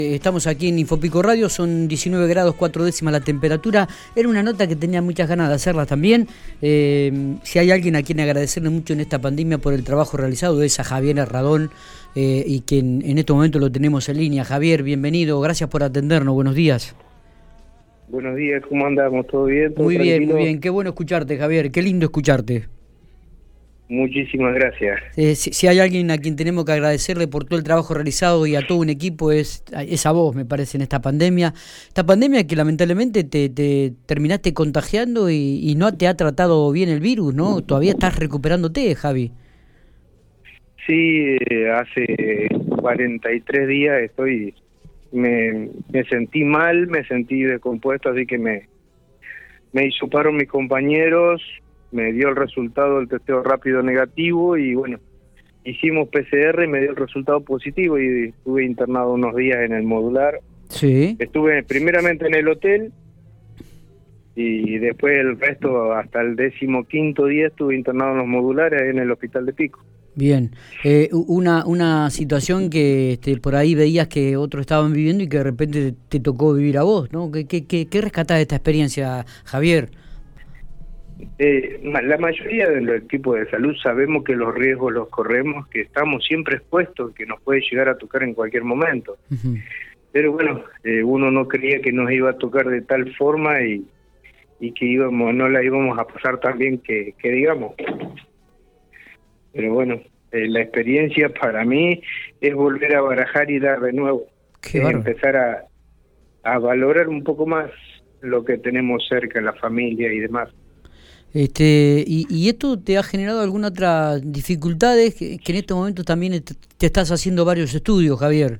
Estamos aquí en Infopico Radio, son 19 grados 4 décimas la temperatura. Era una nota que tenía muchas ganas de hacerla también. Si hay alguien a quien agradecerle mucho en esta pandemia por el trabajo realizado es a Javier Herradón, y que en este momento lo tenemos en línea. Javier, bienvenido, gracias por atendernos, buenos días. Buenos días, ¿cómo andamos? ¿Todo bien? ¿Todo muy tranquilo? bien, muy bien, qué bueno escucharte, Javier, qué lindo escucharte. Muchísimas gracias. Si hay alguien a quien tenemos que agradecerle por todo el trabajo realizado y a todo un equipo es a vos, me parece, en esta pandemia. Esta pandemia que lamentablemente te terminaste contagiando y no te ha tratado bien el virus, ¿no? Todavía estás recuperándote, Javi. Sí, hace 43 días me sentí mal, me sentí descompuesto, así que me hisoparon mis compañeros, me dio el resultado del testeo rápido negativo y bueno, hicimos PCR y me dio el resultado positivo y estuve internado unos días en el modular. Sí. Estuve primeramente en el hotel y después el resto, hasta el 15º día, estuve internado en los modulares en el hospital de Pico. Bien, una situación que por ahí veías que otros estaban viviendo y que de repente te tocó vivir a vos, ¿no? ¿Qué rescatás de esta experiencia, Javier? La mayoría de los equipos de salud sabemos que los riesgos los corremos, que estamos siempre expuestos, que nos puede llegar a tocar en cualquier momento. Uh-huh. Pero bueno, uno no creía que nos iba a tocar de tal forma y que no la íbamos a pasar tan bien que digamos. Pero bueno, la experiencia para mí es volver a barajar y dar de nuevo. Empezar a valorar un poco más lo que tenemos cerca, la familia y demás. ¿Y esto te ha generado alguna otra dificultades que en estos momentos también te estás haciendo varios estudios, Javier?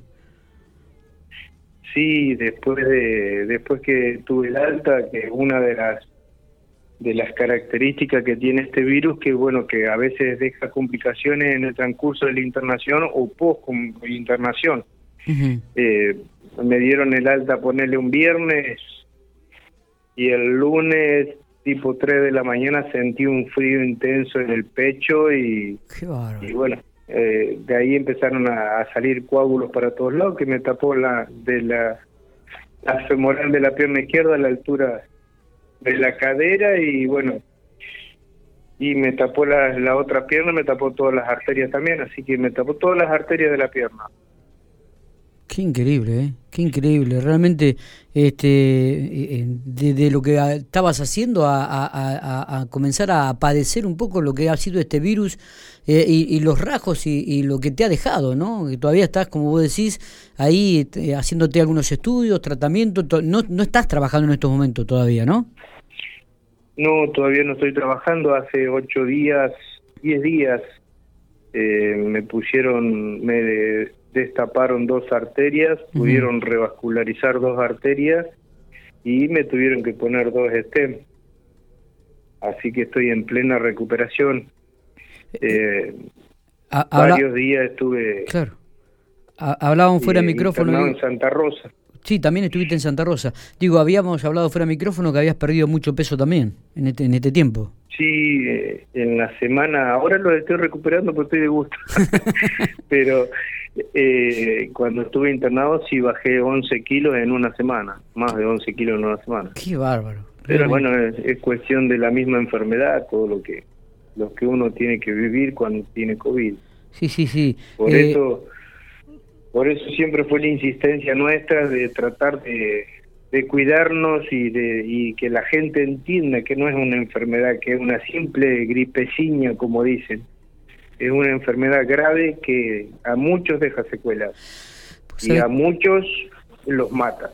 Sí, después que tuve el alta, que una de las características que tiene este virus, que bueno, que a veces deja complicaciones en el transcurso de la internación o post-internación. Uh-huh. Me dieron el alta, ponerle un viernes, y el lunes tipo 3 de la mañana sentí un frío intenso en el pecho y bueno, de ahí empezaron a salir coágulos para todos lados, que me tapó la femoral de la pierna izquierda a la altura de la cadera y bueno, y me tapó la otra pierna, me tapó todas las arterias también, así que me tapó todas las arterias de la pierna. Qué increíble, qué increíble. Realmente, de lo que estabas haciendo a comenzar a padecer un poco lo que ha sido este virus y los rasgos y lo que te ha dejado, ¿no? Que todavía estás, como vos decís, ahí haciéndote algunos estudios, tratamientos. No estás trabajando en estos momentos todavía, ¿no? No, todavía no estoy trabajando. Hace 10 días, me destaparon 2 arterias, pudieron revascularizar 2 arterias y me tuvieron que poner 2 stem. Así que estoy en plena recuperación. Varios días estuve... Claro. Hablábamos fuera de micrófono. En Santa Rosa. Sí, también estuviste en Santa Rosa. Digo, habíamos hablado fuera de micrófono que habías perdido mucho peso también en este tiempo. Sí, en la semana, ahora lo estoy recuperando porque estoy de gusto. Pero cuando estuve internado sí bajé 11 kilos en una semana, más de 11 kilos en una semana. Qué bárbaro. Pero bueno, es cuestión de la misma enfermedad, todo lo que uno tiene que vivir cuando tiene COVID. Sí. Por eso siempre fue la insistencia nuestra de tratar de cuidarnos y que la gente entienda que no es una enfermedad, que es una simple gripeciña, como dicen. Es una enfermedad grave que a muchos deja secuelas y a muchos los mata.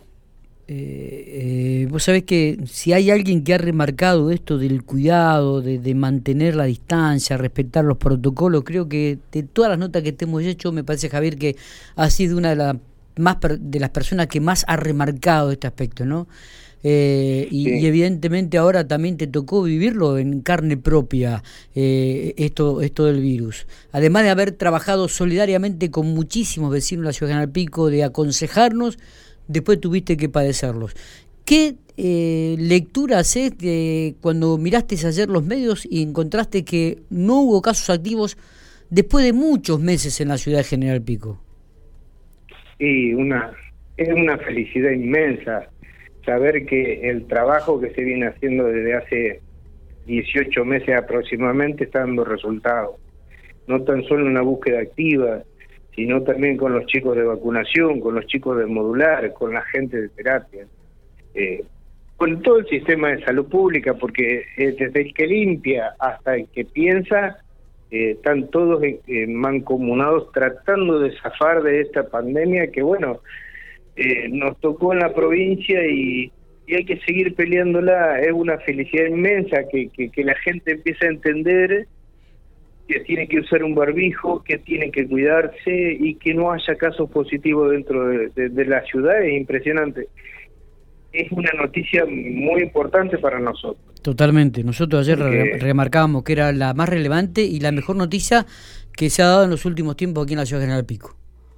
Vos sabés que si hay alguien que ha remarcado esto del cuidado, de mantener la distancia, respetar los protocolos, creo que de todas las notas que te hemos hecho, me parece, Javier, que ha sido una de las personas que más ha remarcado este aspecto, ¿no? Sí. Y evidentemente ahora también te tocó vivirlo en carne propia, esto del virus. Además de haber trabajado solidariamente con muchísimos vecinos de la ciudad de General Pico, de aconsejarnos, después tuviste que padecerlos. ¿Qué lectura haces cuando miraste ayer los medios y encontraste que no hubo casos activos después de muchos meses en la ciudad de General Pico? Y es una felicidad inmensa saber que el trabajo que se viene haciendo desde hace 18 meses aproximadamente está dando resultados. No tan solo en una búsqueda activa, sino también con los chicos de vacunación, con los chicos de modular, con la gente de terapia, con todo el sistema de salud pública, porque desde el que limpia hasta el que piensa, están todos mancomunados tratando de zafar de esta pandemia que, bueno, nos tocó en la provincia y hay que seguir peleándola. Es una felicidad inmensa que la gente empiece a entender que tiene que usar un barbijo, que tiene que cuidarse y que no haya casos positivos dentro de la ciudad. Es impresionante. Es una noticia muy importante para nosotros. Totalmente. Nosotros ayer remarcábamos que era la más relevante y la mejor noticia que se ha dado en los últimos tiempos aquí en la ciudad de General Pico.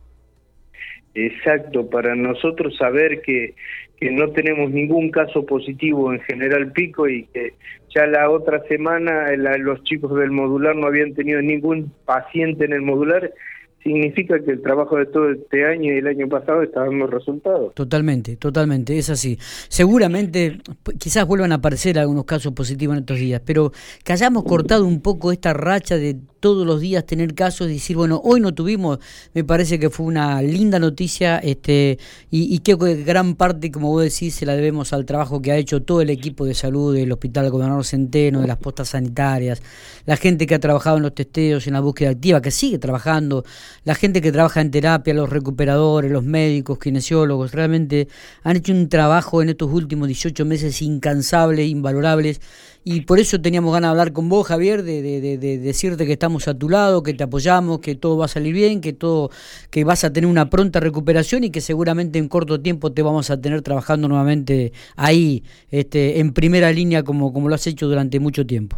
Exacto, para nosotros saber que no tenemos ningún caso positivo en General Pico y que ya la otra semana los chicos del modular no habían tenido ningún paciente en el modular, significa que el trabajo de todo este año y el año pasado está dando resultados. Totalmente, totalmente, es así. Seguramente quizás vuelvan a aparecer algunos casos positivos en estos días, pero que hayamos cortado un poco esta racha de todos los días tener casos y decir, bueno, hoy no tuvimos, me parece que fue una linda noticia, y que gran parte, como vos decís, se la debemos al trabajo que ha hecho todo el equipo de salud del Hospital Gobernador Centeno, de las postas sanitarias, la gente que ha trabajado en los testeos, en la búsqueda activa, que sigue trabajando, la gente que trabaja en terapia, los recuperadores, los médicos, kinesiólogos, realmente han hecho un trabajo en estos últimos 18 meses incansable, invalorables, y por eso teníamos ganas de hablar con vos, Javier, de decirte que estamos a tu lado, que te apoyamos, que todo va a salir bien, que vas a tener una pronta recuperación y que seguramente en corto tiempo te vamos a tener trabajando nuevamente ahí, en primera línea como lo has hecho durante mucho tiempo.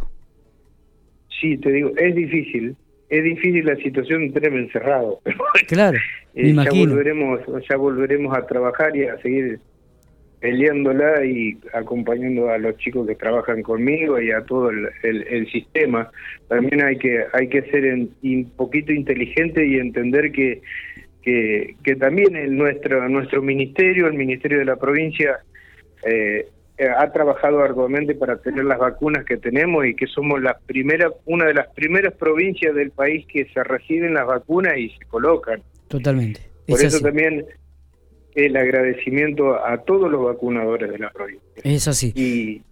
Sí, te digo, es difícil la situación de tenerme encerrado. Claro, me imagino. Ya volveremos a trabajar y a seguir peleándola y acompañando a los chicos que trabajan conmigo y a todo el sistema. También hay que ser un poquito inteligente y entender que también nuestro ministerio, el Ministerio de la Provincia, ha trabajado arduamente para tener las vacunas que tenemos y que somos una de las primeras provincias del país que se reciben las vacunas y se colocan. Totalmente. Por eso también el agradecimiento a todos los vacunadores de la provincia. Es así.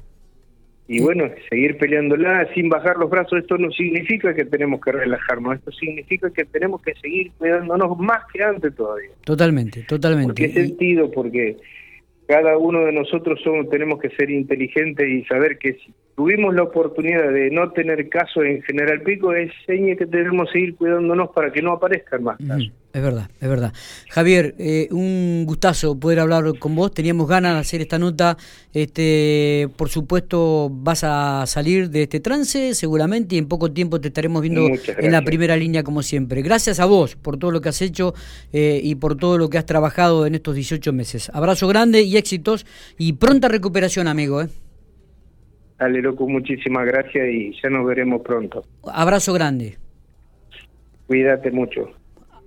Y bueno, seguir peleándola sin bajar los brazos. Esto no significa que tenemos que relajarnos, esto significa que tenemos que seguir cuidándonos más que antes todavía. Totalmente. ¿Por qué sentido? Porque cada uno de nosotros tenemos que ser inteligentes y saber que si tuvimos la oportunidad de no tener casos en General Pico, es seña que tenemos que seguir cuidándonos para que no aparezcan más casos. Es verdad. Javier, un gustazo poder hablar con vos. Teníamos ganas de hacer esta nota. Por supuesto, vas a salir de este trance seguramente y en poco tiempo te estaremos viendo en la primera línea como siempre. Gracias a vos por todo lo que has hecho y por todo lo que has trabajado en estos 18 meses. Abrazo grande y éxitos y pronta recuperación, amigo. Dale, loco, muchísimas gracias y ya nos veremos pronto. Abrazo grande. Cuídate mucho.